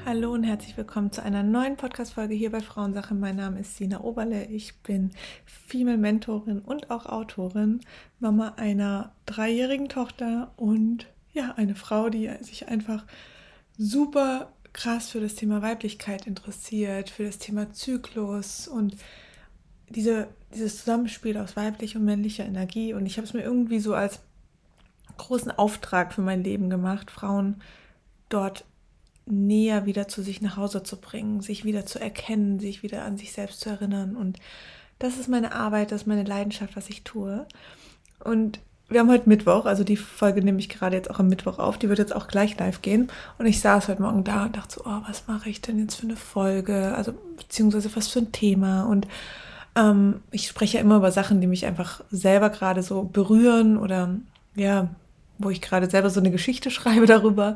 Hallo und herzlich willkommen zu einer neuen Podcast-Folge hier bei Frauensache. Mein Name ist Sina Oberle. Ich bin Female Mentorin und auch Autorin, Mama einer 3-jährigen Tochter und ja, eine Frau, die sich einfach super krass für das Thema Weiblichkeit interessiert, für das Thema Zyklus und dieses Zusammenspiel aus weiblicher und männlicher Energie. Und ich habe es mir irgendwie so als großen Auftrag für mein Leben gemacht, Frauen dort näher wieder zu sich nach Hause zu bringen, sich wieder zu erkennen, sich wieder an sich selbst zu erinnern. Und das ist meine Arbeit, das ist meine Leidenschaft, was ich tue. Und wir haben heute Mittwoch, also die Folge nehme ich gerade jetzt auch am Mittwoch auf, die wird jetzt auch gleich live gehen. Und ich saß heute Morgen da und dachte so, was mache ich denn jetzt für eine Folge? Also beziehungsweise was für ein Thema? Und ich spreche ja immer über Sachen, die mich einfach selber gerade so berühren oder ja, wo ich gerade selber so eine Geschichte schreibe darüber.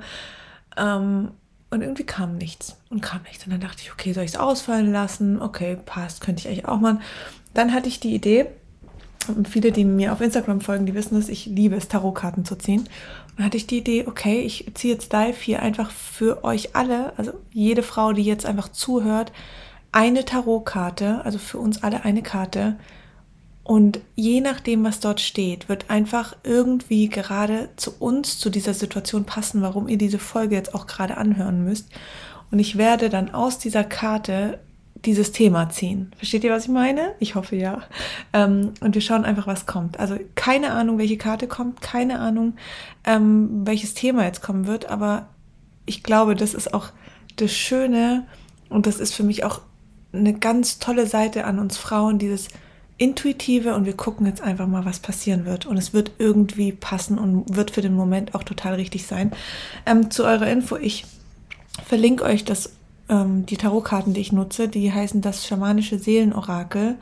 Und irgendwie kam nichts. Und dann dachte ich, okay, soll ich es ausfallen lassen? Okay, passt, könnte ich eigentlich auch machen. Dann hatte ich die Idee, und viele, die mir auf Instagram folgen, die wissen es, ich liebe es, Tarotkarten zu ziehen. Und dann hatte ich die Idee, okay, ich ziehe jetzt live hier einfach für euch alle, also jede Frau, die jetzt einfach zuhört, eine Tarotkarte, also für uns alle eine Karte. Und je nachdem, was dort steht, wird einfach irgendwie gerade zu uns, zu dieser Situation passen, warum ihr diese Folge jetzt auch gerade anhören müsst. Und ich werde dann aus dieser Karte dieses Thema ziehen. Versteht ihr, was ich meine? Ich hoffe, ja. Und wir schauen einfach, was kommt. Also keine Ahnung, welche Karte kommt, keine Ahnung, welches Thema jetzt kommen wird, aber ich glaube, das ist auch das Schöne und das ist für mich auch eine ganz tolle Seite an uns Frauen, dieses Intuitive, und wir gucken jetzt einfach mal, was passieren wird. Und es wird irgendwie passen und wird für den Moment auch total richtig sein. Zu eurer Info, ich verlinke euch die Tarotkarten, die ich nutze, die heißen das schamanische Seelenorakel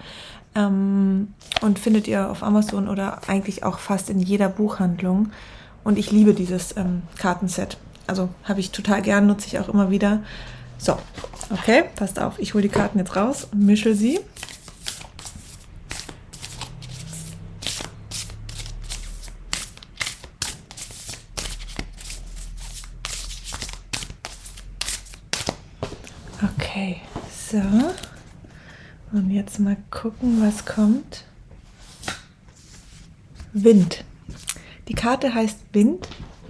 und findet ihr auf Amazon oder eigentlich auch fast in jeder Buchhandlung. Und ich liebe dieses Kartenset. Also habe ich total gern, nutze ich auch immer wieder. So, okay, passt auf. Ich hole die Karten jetzt raus und mische sie. Okay, so. Und jetzt mal gucken, was kommt. Wind. Die Karte heißt Wind.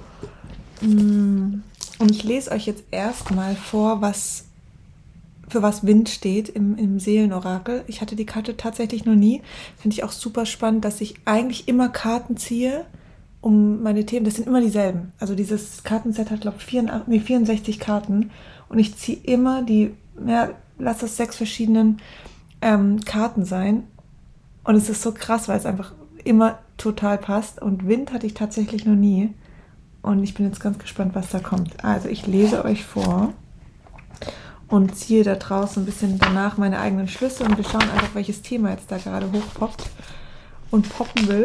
Und ich lese euch jetzt erstmal vor, für was Wind steht im Seelenorakel. Ich hatte die Karte tatsächlich noch nie. Finde ich auch super spannend, dass ich eigentlich immer Karten ziehe, um meine Themen. Das sind immer dieselben. Also dieses Kartenset hat, glaube ich, 64 Karten. Und ich ziehe immer lass es 6 verschiedenen Karten sein. Und es ist so krass, weil es einfach immer total passt. Und Wind hatte ich tatsächlich noch nie. Und ich bin jetzt ganz gespannt, was da kommt. Also ich lese euch vor und ziehe da draußen ein bisschen danach meine eigenen Schlüsse. Und wir schauen einfach, welches Thema jetzt da gerade hochpoppt und poppen will.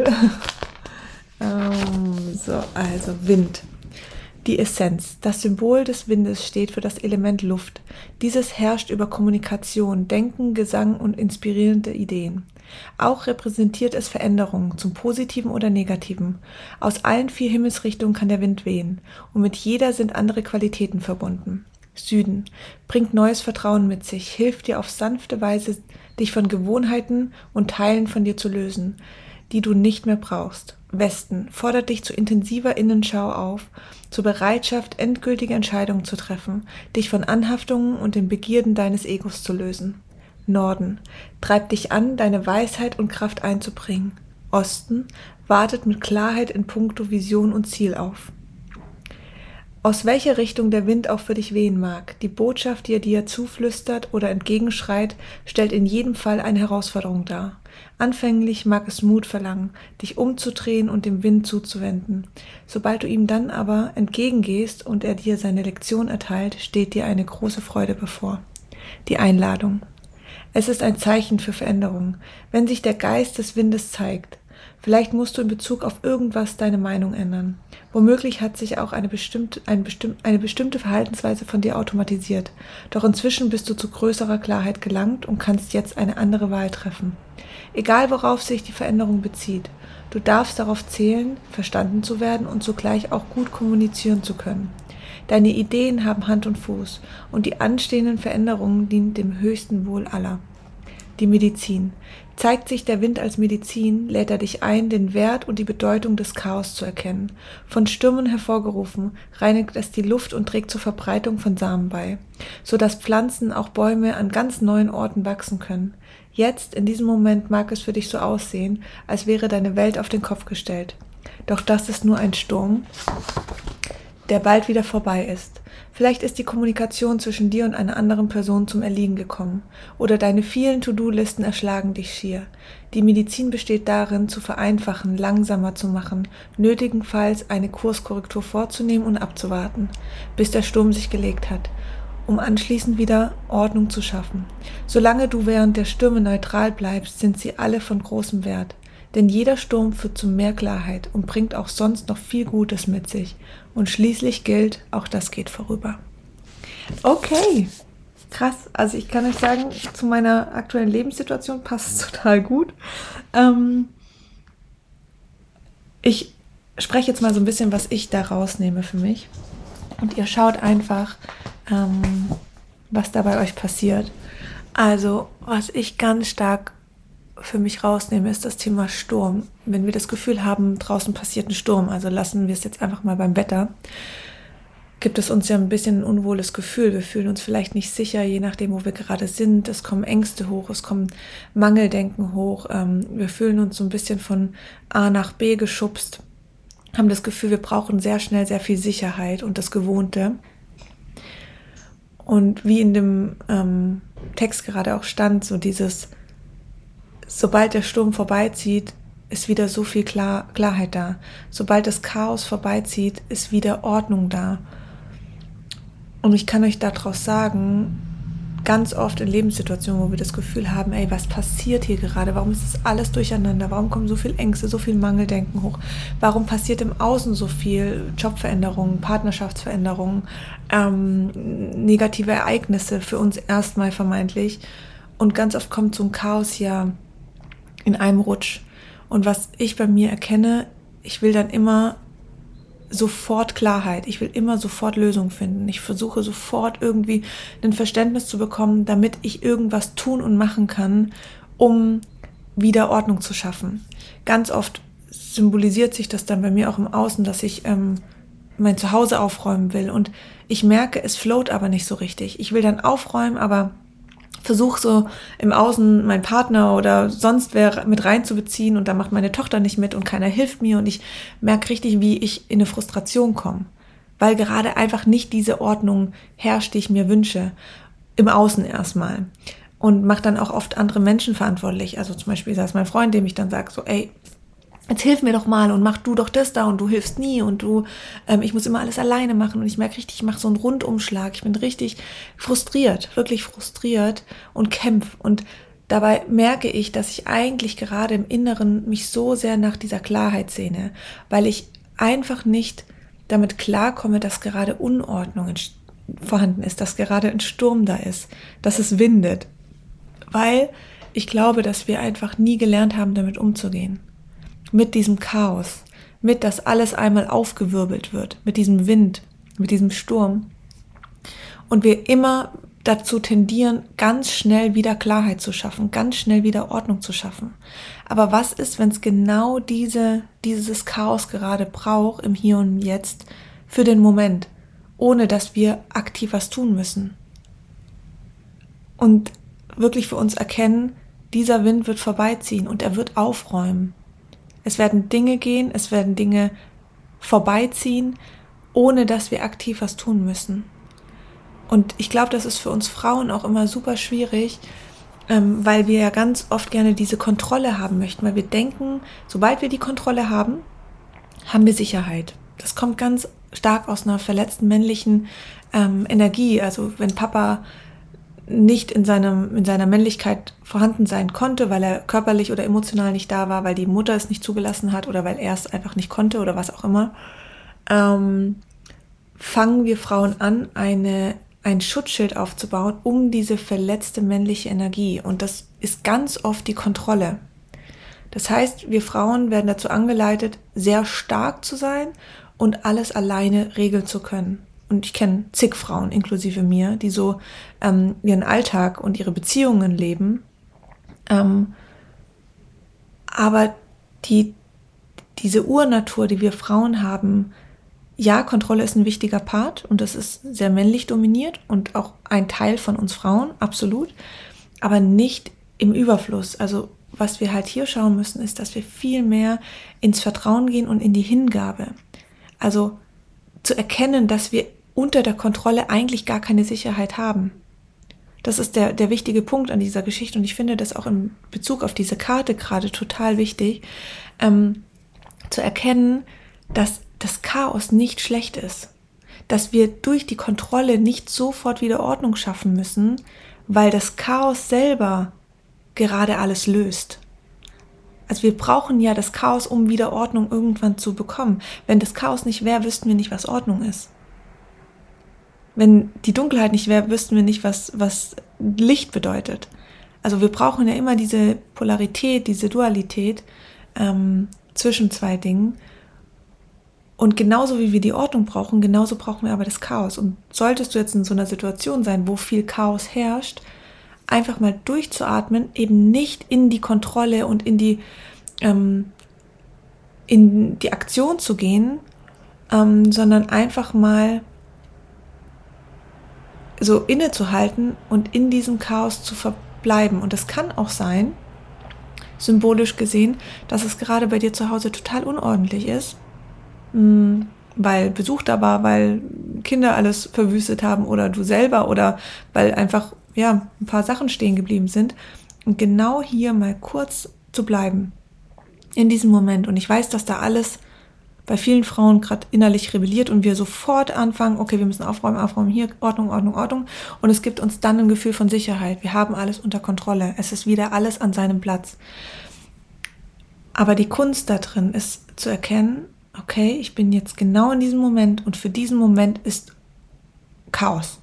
Also Wind. Die Essenz. Das Symbol des Windes steht für das Element Luft. Dieses herrscht über Kommunikation, Denken, Gesang und inspirierende Ideen. Auch repräsentiert es Veränderungen, zum Positiven oder Negativen. Aus allen 4 Himmelsrichtungen kann der Wind wehen, und mit jeder sind andere Qualitäten verbunden. Süden. Bringt neues Vertrauen mit sich, hilft dir auf sanfte Weise, dich von Gewohnheiten und Teilen von dir zu lösen, die du nicht mehr brauchst. Westen fordert dich zu intensiver Innenschau auf, zur Bereitschaft, endgültige Entscheidungen zu treffen, dich von Anhaftungen und den Begierden deines Egos zu lösen. Norden treibt dich an, deine Weisheit und Kraft einzubringen. Osten wartet mit Klarheit in puncto Vision und Ziel auf. Aus welcher Richtung der Wind auch für dich wehen mag, die Botschaft, die er dir zuflüstert oder entgegenschreit, stellt in jedem Fall eine Herausforderung dar. Anfänglich mag es Mut verlangen, dich umzudrehen und dem Wind zuzuwenden. Sobald du ihm dann aber entgegengehst und er dir seine Lektion erteilt, steht dir eine große Freude bevor. Die Einladung. Es ist ein Zeichen für Veränderung, wenn sich der Geist des Windes zeigt. Vielleicht musst du in Bezug auf irgendwas deine Meinung ändern. Womöglich hat sich auch eine bestimmte Verhaltensweise von dir automatisiert. Doch inzwischen bist du zu größerer Klarheit gelangt und kannst jetzt eine andere Wahl treffen. Egal worauf sich die Veränderung bezieht, du darfst darauf zählen, verstanden zu werden und zugleich auch gut kommunizieren zu können. Deine Ideen haben Hand und Fuß und die anstehenden Veränderungen dienen dem höchsten Wohl aller. Die Medizin. Zeigt sich der Wind als Medizin, lädt er dich ein, den Wert und die Bedeutung des Chaos zu erkennen. Von Stürmen hervorgerufen, reinigt es die Luft und trägt zur Verbreitung von Samen bei, sodass Pflanzen, auch Bäume, an ganz neuen Orten wachsen können. Jetzt, in diesem Moment, mag es für dich so aussehen, als wäre deine Welt auf den Kopf gestellt. Doch das ist nur ein Sturm, der bald wieder vorbei ist. Vielleicht ist die Kommunikation zwischen dir und einer anderen Person zum Erliegen gekommen oder deine vielen To-Do-Listen erschlagen dich schier. Die Medizin besteht darin, zu vereinfachen, langsamer zu machen, nötigenfalls eine Kurskorrektur vorzunehmen und abzuwarten, bis der Sturm sich gelegt hat, um anschließend wieder Ordnung zu schaffen. Solange du während der Stürme neutral bleibst, sind sie alle von großem Wert. Denn jeder Sturm führt zu mehr Klarheit und bringt auch sonst noch viel Gutes mit sich. Und schließlich gilt, auch das geht vorüber. Okay, krass. Also ich kann euch sagen, zu meiner aktuellen Lebenssituation passt es total gut. Ich spreche jetzt mal so ein bisschen, was ich da rausnehme für mich. Und ihr schaut einfach, was da bei euch passiert. Also, was ich ganz stark für mich rausnehme, ist das Thema Sturm. Wenn wir das Gefühl haben, draußen passiert ein Sturm, also lassen wir es jetzt einfach mal beim Wetter, gibt es uns ja ein bisschen ein unwohles Gefühl. Wir fühlen uns vielleicht nicht sicher, je nachdem, wo wir gerade sind. Es kommen Ängste hoch, es kommen Mangeldenken hoch. Wir fühlen uns so ein bisschen von A nach B geschubst, haben das Gefühl, wir brauchen sehr schnell sehr viel Sicherheit und das Gewohnte. Und wie in dem Text gerade auch stand, so dieses: Sobald der Sturm vorbeizieht, ist wieder so viel Klarheit da. Sobald das Chaos vorbeizieht, ist wieder Ordnung da. Und ich kann euch daraus sagen, ganz oft in Lebenssituationen, wo wir das Gefühl haben, ey, was passiert hier gerade? Warum ist das alles durcheinander? Warum kommen so viel Ängste, so viel Mangeldenken hoch? Warum passiert im Außen so viel? Jobveränderungen, Partnerschaftsveränderungen, negative Ereignisse für uns erstmal vermeintlich. Und ganz oft kommt so ein Chaos ja in einem Rutsch. Und was ich bei mir erkenne, ich will dann immer sofort Klarheit. Ich will immer sofort Lösungen finden. Ich versuche sofort irgendwie ein Verständnis zu bekommen, damit ich irgendwas tun und machen kann, um wieder Ordnung zu schaffen. Ganz oft symbolisiert sich das dann bei mir auch im Außen, dass ich mein Zuhause aufräumen will. Und ich merke, es float aber nicht so richtig. Ich will dann aufräumen, aber versuche so im Außen meinen Partner oder sonst wer mit reinzubeziehen und da macht meine Tochter nicht mit und keiner hilft mir und ich merke richtig, wie ich in eine Frustration komme, weil gerade einfach nicht diese Ordnung herrscht, die ich mir wünsche, im Außen erstmal, und mache dann auch oft andere Menschen verantwortlich. Also zum Beispiel ist mein Freund, dem ich dann sage so, ey, jetzt hilf mir doch mal und mach du doch das da und du hilfst nie und ich muss immer alles alleine machen und ich merke richtig, ich mache so einen Rundumschlag. Ich bin richtig frustriert, wirklich frustriert und kämpfe. Und dabei merke ich, dass ich eigentlich gerade im Inneren mich so sehr nach dieser Klarheit sehne, weil ich einfach nicht damit klarkomme, dass gerade Unordnung vorhanden ist, dass gerade ein Sturm da ist, dass es windet. Weil ich glaube, dass wir einfach nie gelernt haben, damit umzugehen. Mit diesem Chaos, mit dass alles einmal aufgewirbelt wird, mit diesem Wind, mit diesem Sturm. Und wir immer dazu tendieren, ganz schnell wieder Klarheit zu schaffen, ganz schnell wieder Ordnung zu schaffen. Aber was ist, wenn es genau dieses Chaos gerade braucht, im Hier und Jetzt, für den Moment, ohne dass wir aktiv was tun müssen? Und wirklich für uns erkennen, dieser Wind wird vorbeiziehen und er wird aufräumen. Es werden Dinge gehen, es werden Dinge vorbeiziehen, ohne dass wir aktiv was tun müssen. Und ich glaube, das ist für uns Frauen auch immer super schwierig, weil wir ja ganz oft gerne diese Kontrolle haben möchten, weil wir denken, sobald wir die Kontrolle haben, haben wir Sicherheit. Das kommt ganz stark aus einer verletzten männlichen Energie. Also wenn Papa nicht in seiner Männlichkeit vorhanden sein konnte, weil er körperlich oder emotional nicht da war, weil die Mutter es nicht zugelassen hat oder weil er es einfach nicht konnte oder was auch immer, fangen wir Frauen an, ein Schutzschild aufzubauen, um diese verletzte männliche Energie. Und das ist ganz oft die Kontrolle. Das heißt, wir Frauen werden dazu angeleitet, sehr stark zu sein und alles alleine regeln zu können. und ich kenne zig Frauen, inklusive mir, die so ihren Alltag und ihre Beziehungen leben, aber diese Urnatur, die wir Frauen haben, ja, Kontrolle ist ein wichtiger Part und das ist sehr männlich dominiert und auch ein Teil von uns Frauen, absolut, aber nicht im Überfluss. Also was wir halt hier schauen müssen, ist, dass wir viel mehr ins Vertrauen gehen und in die Hingabe. Also zu erkennen, dass wir unter der Kontrolle eigentlich gar keine Sicherheit haben. Das ist der wichtige Punkt an dieser Geschichte und ich finde das auch in Bezug auf diese Karte gerade total wichtig, zu erkennen, dass das Chaos nicht schlecht ist, dass wir durch die Kontrolle nicht sofort wieder Ordnung schaffen müssen, weil das Chaos selber gerade alles löst. Also wir brauchen ja das Chaos, um wieder Ordnung irgendwann zu bekommen. Wenn das Chaos nicht wäre, wüssten wir nicht, was Ordnung ist. Wenn die Dunkelheit nicht wäre, wüssten wir nicht, was Licht bedeutet. Also wir brauchen ja immer diese Polarität, diese Dualität zwischen zwei Dingen. Und genauso wie wir die Ordnung brauchen, genauso brauchen wir aber das Chaos. Und solltest du jetzt in so einer Situation sein, wo viel Chaos herrscht, einfach mal durchzuatmen, eben nicht in die Kontrolle und in die Aktion zu gehen, sondern einfach mal so innezuhalten und in diesem Chaos zu verbleiben. Und es kann auch sein, symbolisch gesehen, dass es gerade bei dir zu Hause total unordentlich ist, weil Besuch da war, weil Kinder alles verwüstet haben oder du selber oder weil einfach ein paar Sachen stehen geblieben sind. Und genau hier mal kurz zu bleiben in diesem Moment. Und ich weiß, dass da alles bei vielen Frauen gerade innerlich rebelliert und wir sofort anfangen, okay, wir müssen aufräumen, hier, Ordnung. Und es gibt uns dann ein Gefühl von Sicherheit. Wir haben alles unter Kontrolle. Es ist wieder alles an seinem Platz. Aber die Kunst da drin ist zu erkennen, okay, ich bin jetzt genau in diesem Moment und für diesen Moment ist Chaos.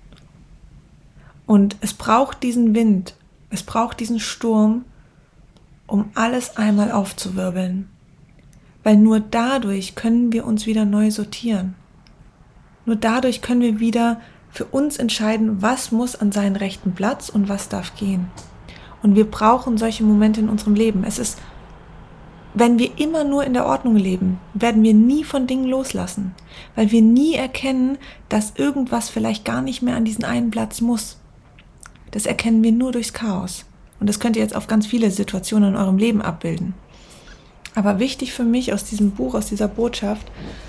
Und es braucht diesen Wind, es braucht diesen Sturm, um alles einmal aufzuwirbeln. Weil nur dadurch können wir uns wieder neu sortieren. Nur dadurch können wir wieder für uns entscheiden, was muss an seinen rechten Platz und was darf gehen. Und wir brauchen solche Momente in unserem Leben. Es ist, wenn wir immer nur in der Ordnung leben, werden wir nie von Dingen loslassen, weil wir nie erkennen, dass irgendwas vielleicht gar nicht mehr an diesen einen Platz muss. Das erkennen wir nur durchs Chaos. Und das könnt ihr jetzt auf ganz viele Situationen in eurem Leben abbilden. Aber wichtig für mich aus diesem Buch, aus dieser Botschaft,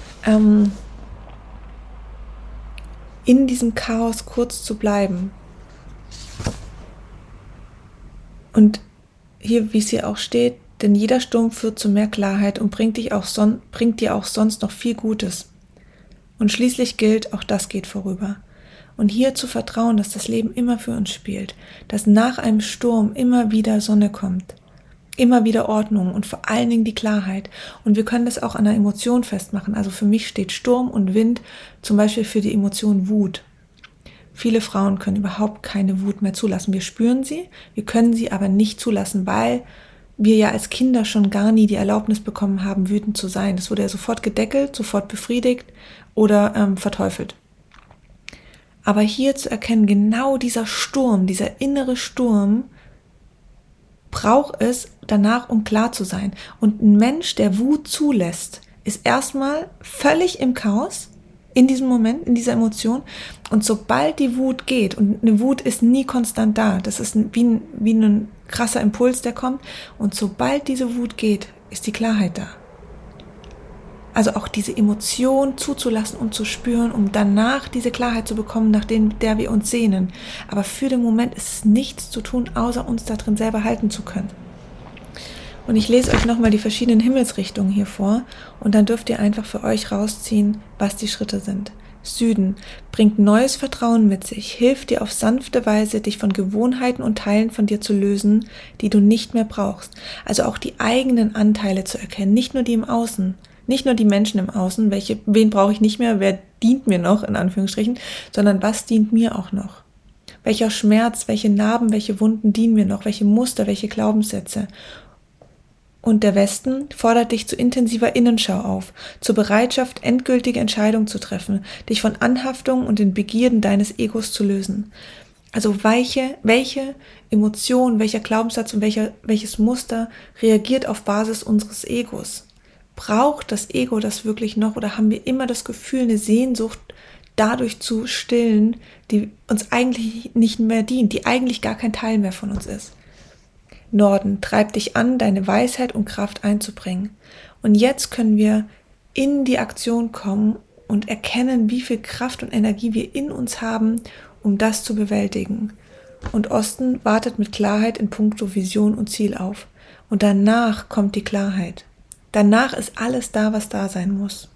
in diesem Chaos kurz zu bleiben. Und hier, wie es hier auch steht, denn jeder Sturm führt zu mehr Klarheit und bringt dir auch sonst noch viel Gutes. Und schließlich gilt, auch das geht vorüber. Und hier zu vertrauen, dass das Leben immer für uns spielt, dass nach einem Sturm immer wieder Sonne kommt, immer wieder Ordnung und vor allen Dingen die Klarheit. Und wir können das auch an einer Emotion festmachen. Also für mich steht Sturm und Wind zum Beispiel für die Emotion Wut. Viele Frauen können überhaupt keine Wut mehr zulassen. Wir spüren sie, wir können sie aber nicht zulassen, weil wir ja als Kinder schon gar nie die Erlaubnis bekommen haben, wütend zu sein. Das wurde ja sofort gedeckelt, sofort befriedigt oder verteufelt. Aber hier zu erkennen, genau dieser Sturm, dieser innere Sturm, braucht es danach, um klar zu sein. Und ein Mensch, der Wut zulässt, ist erstmal völlig im Chaos, in diesem Moment, in dieser Emotion. Und sobald die Wut geht, und eine Wut ist nie konstant da, das ist wie ein krasser Impuls, der kommt. Und sobald diese Wut geht, ist die Klarheit da. Also auch diese Emotion zuzulassen und zu spüren, um danach diese Klarheit zu bekommen, nach der wir uns sehnen. Aber für den Moment ist es nichts zu tun, außer uns da drin selber halten zu können. Und ich lese euch nochmal die verschiedenen Himmelsrichtungen hier vor und dann dürft ihr einfach für euch rausziehen, was die Schritte sind. Süden bringt neues Vertrauen mit sich, hilft dir auf sanfte Weise, dich von Gewohnheiten und Teilen von dir zu lösen, die du nicht mehr brauchst. Also auch die eigenen Anteile zu erkennen, nicht nur die im Außen. Nicht nur die Menschen im Außen, wen brauche ich nicht mehr, wer dient mir noch, in Anführungsstrichen, sondern was dient mir auch noch? Welcher Schmerz, welche Narben, welche Wunden dienen mir noch, welche Muster, welche Glaubenssätze? Und der Westen fordert dich zu intensiver Innenschau auf, zur Bereitschaft, endgültige Entscheidungen zu treffen, dich von Anhaftungen und den Begierden deines Egos zu lösen. Also welche Emotion, welcher Glaubenssatz und welches Muster reagiert auf Basis unseres Egos? Braucht das Ego das wirklich noch oder haben wir immer das Gefühl, eine Sehnsucht dadurch zu stillen, die uns eigentlich nicht mehr dient, die eigentlich gar kein Teil mehr von uns ist? Norden, treib dich an, deine Weisheit und Kraft einzubringen. Und jetzt können wir in die Aktion kommen und erkennen, wie viel Kraft und Energie wir in uns haben, um das zu bewältigen. Und Osten wartet mit Klarheit in puncto Vision und Ziel auf. Und danach kommt die Klarheit. Danach ist alles da, was da sein muss.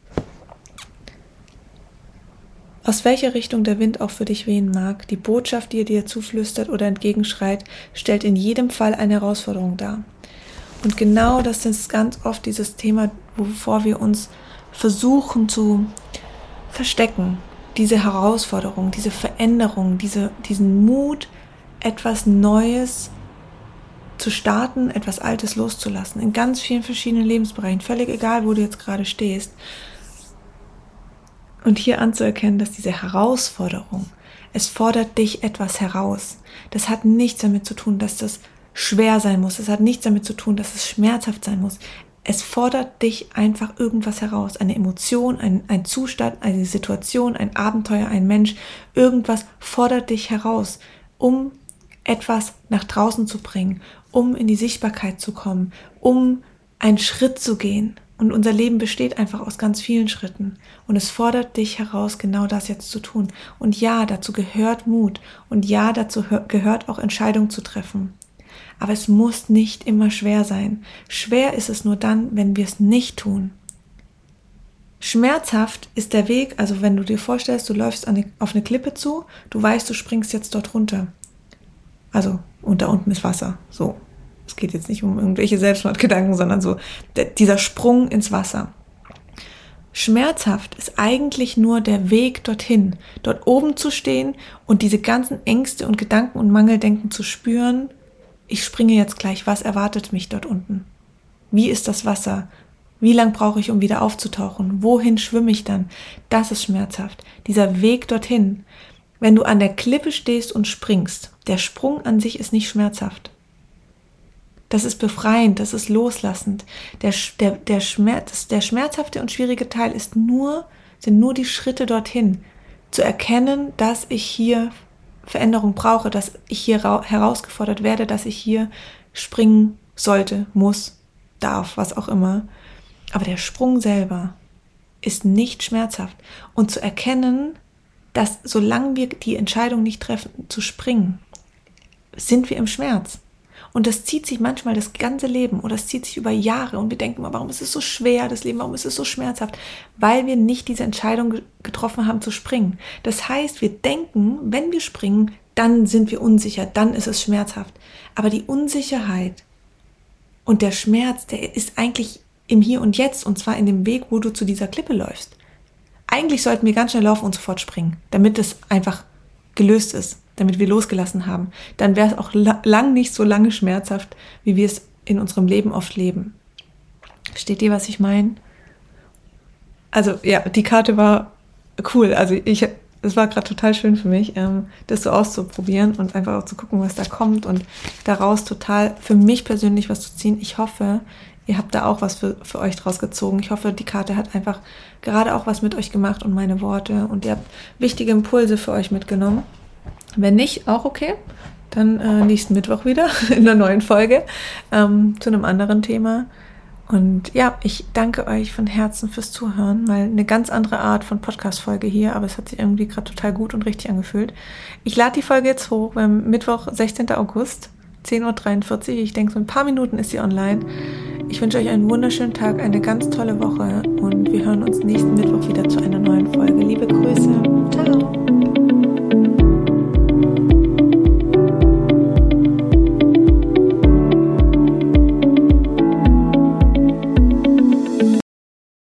Aus welcher Richtung der Wind auch für dich wehen mag, die Botschaft, die er dir zuflüstert oder entgegenschreit, stellt in jedem Fall eine Herausforderung dar. Und genau das ist ganz oft dieses Thema, wovor wir uns versuchen zu verstecken. Diese Herausforderung, diese Veränderung, diesen Mut, etwas Neues zu starten, etwas Altes loszulassen. In ganz vielen verschiedenen Lebensbereichen, völlig egal, wo du jetzt gerade stehst. Und hier anzuerkennen, dass diese Herausforderung, es fordert dich etwas heraus. Das hat nichts damit zu tun, dass das schwer sein muss. Es hat nichts damit zu tun, dass es schmerzhaft sein muss. Es fordert dich einfach irgendwas heraus. Eine Emotion, ein Zustand, eine Situation, ein Abenteuer, ein Mensch. Irgendwas fordert dich heraus, um etwas nach draußen zu bringen, um in die Sichtbarkeit zu kommen, um einen Schritt zu gehen. Und unser Leben besteht einfach aus ganz vielen Schritten. Und es fordert dich heraus, genau das jetzt zu tun. Und ja, dazu gehört Mut. Und ja, dazu gehört auch Entscheidungen zu treffen. Aber es muss nicht immer schwer sein. Schwer ist es nur dann, wenn wir es nicht tun. Schmerzhaft ist der Weg, also wenn du dir vorstellst, du läufst auf eine Klippe zu, du weißt, du springst jetzt dort runter. Also, und da unten ist Wasser, so. Es geht jetzt nicht um irgendwelche Selbstmordgedanken, sondern so dieser Sprung ins Wasser. Schmerzhaft ist eigentlich nur der Weg dorthin, dort oben zu stehen und diese ganzen Ängste und Gedanken und Mangeldenken zu spüren. Ich springe jetzt gleich, was erwartet mich dort unten? Wie ist das Wasser? Wie lang brauche ich, um wieder aufzutauchen? Wohin schwimme ich dann? Das ist schmerzhaft. Dieser Weg dorthin. Wenn du an der Klippe stehst und springst, der Sprung an sich ist nicht schmerzhaft. Das ist befreiend, das ist loslassend. Der schmerzhafte und schwierige Teil sind nur die Schritte dorthin. Zu erkennen, dass ich hier Veränderung brauche, dass ich hier herausgefordert werde, dass ich hier springen sollte, muss, darf, was auch immer. Aber der Sprung selber ist nicht schmerzhaft. Und zu erkennen, dass solange wir die Entscheidung nicht treffen, zu springen, sind wir im Schmerz. Und das zieht sich manchmal das ganze Leben oder es zieht sich über Jahre und wir denken immer, warum ist es so schwer, das Leben, warum ist es so schmerzhaft? Weil wir nicht diese Entscheidung getroffen haben zu springen. Das heißt, wir denken, wenn wir springen, dann sind wir unsicher, dann ist es schmerzhaft. Aber die Unsicherheit und der Schmerz, der ist eigentlich im Hier und Jetzt und zwar in dem Weg, wo du zu dieser Klippe läufst. Eigentlich sollten wir ganz schnell laufen und sofort springen, damit es einfach gelöst ist, damit wir losgelassen haben. Dann wäre es auch lang nicht so lange schmerzhaft, wie wir es in unserem Leben oft leben. Versteht ihr, was ich meine? Also ja, die Karte war cool. Also es war gerade total schön für mich, das so auszuprobieren und einfach auch zu gucken, was da kommt und daraus total für mich persönlich was zu ziehen. Ich hoffe, ihr habt da auch was für euch draus gezogen. Ich hoffe, die Karte hat einfach gerade auch was mit euch gemacht und meine Worte und ihr habt wichtige Impulse für euch mitgenommen. Wenn nicht, auch okay. Dann nächsten Mittwoch wieder in einer neuen Folge zu einem anderen Thema. Und ja, ich danke euch von Herzen fürs Zuhören. Mal eine ganz andere Art von Podcast-Folge hier, aber es hat sich irgendwie gerade total gut und richtig angefühlt. Ich lade die Folge jetzt hoch beim Mittwoch, 16. August, 10.43 Uhr. Ich denke, so ein paar Minuten ist sie online. Ich wünsche euch einen wunderschönen Tag, eine ganz tolle Woche und wir hören uns nächsten Mittwoch wieder zu einer neuen Folge. Liebe Grüße.